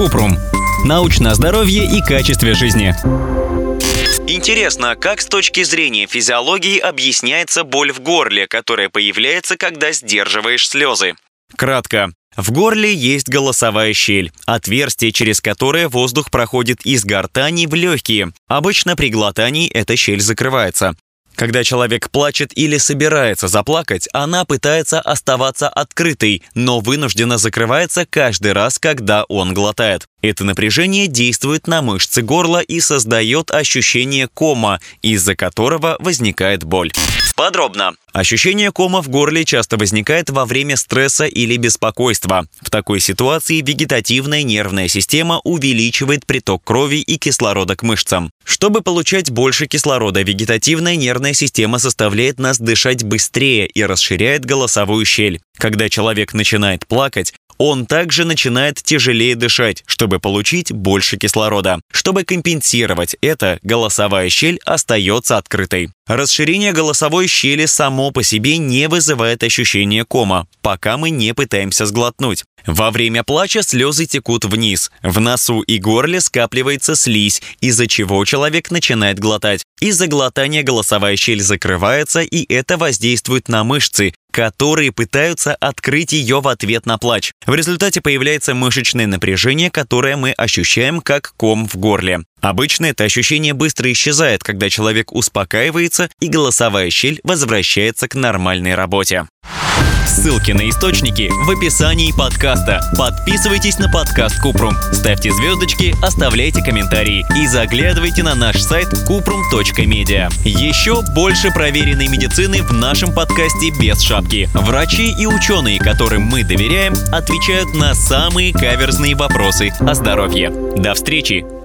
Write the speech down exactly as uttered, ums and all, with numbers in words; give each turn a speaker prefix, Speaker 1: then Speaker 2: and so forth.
Speaker 1: Купрум. Научное здоровье и качестве жизни.
Speaker 2: Интересно, как с точки зрения физиологии объясняется боль в горле, которая появляется, когда сдерживаешь слезы? Кратко. В горле есть голосовая щель, отверстие, через которое воздух проходит из гортани в легкие. Обычно при глотании эта щель закрывается. Когда человек плачет или собирается заплакать, она пытается оставаться открытой, но вынужденно закрывается каждый раз, когда он глотает. Это напряжение действует на мышцы горла и создает ощущение кома, из-за которого возникает боль. Подробно. Ощущение кома в горле часто возникает во время стресса или беспокойства. В такой ситуации вегетативная нервная система увеличивает приток крови и кислорода к мышцам. Чтобы получать больше кислорода, вегетативная нервная система заставляет нас дышать быстрее и расширяет голосовую щель. Когда человек начинает плакать, он также начинает тяжелее дышать, чтобы получить больше кислорода. Чтобы компенсировать это, голосовая щель остается открытой. Расширение голосовой щели само по себе не вызывает ощущения кома, пока мы не пытаемся сглотнуть. Во время плача слезы текут вниз. В носу и горле скапливается слизь, из-за чего человек начинает глотать. Из-за глотания голосовая щель закрывается, и это воздействует на мышцы, которые пытаются открыть ее в ответ на плач. В результате появляется мышечное напряжение, которое мы ощущаем как ком в горле. Обычно это ощущение быстро исчезает, когда человек успокаивается и голосовая щель возвращается к нормальной работе.
Speaker 1: Ссылки на источники в описании подкаста. Подписывайтесь на подкаст Купрум, ставьте звездочки, оставляйте комментарии и заглядывайте на наш сайт купрум точка медиа. Еще больше проверенной медицины в нашем подкасте без шапки. Врачи и ученые, которым мы доверяем, отвечают на самые каверзные вопросы о здоровье. До встречи!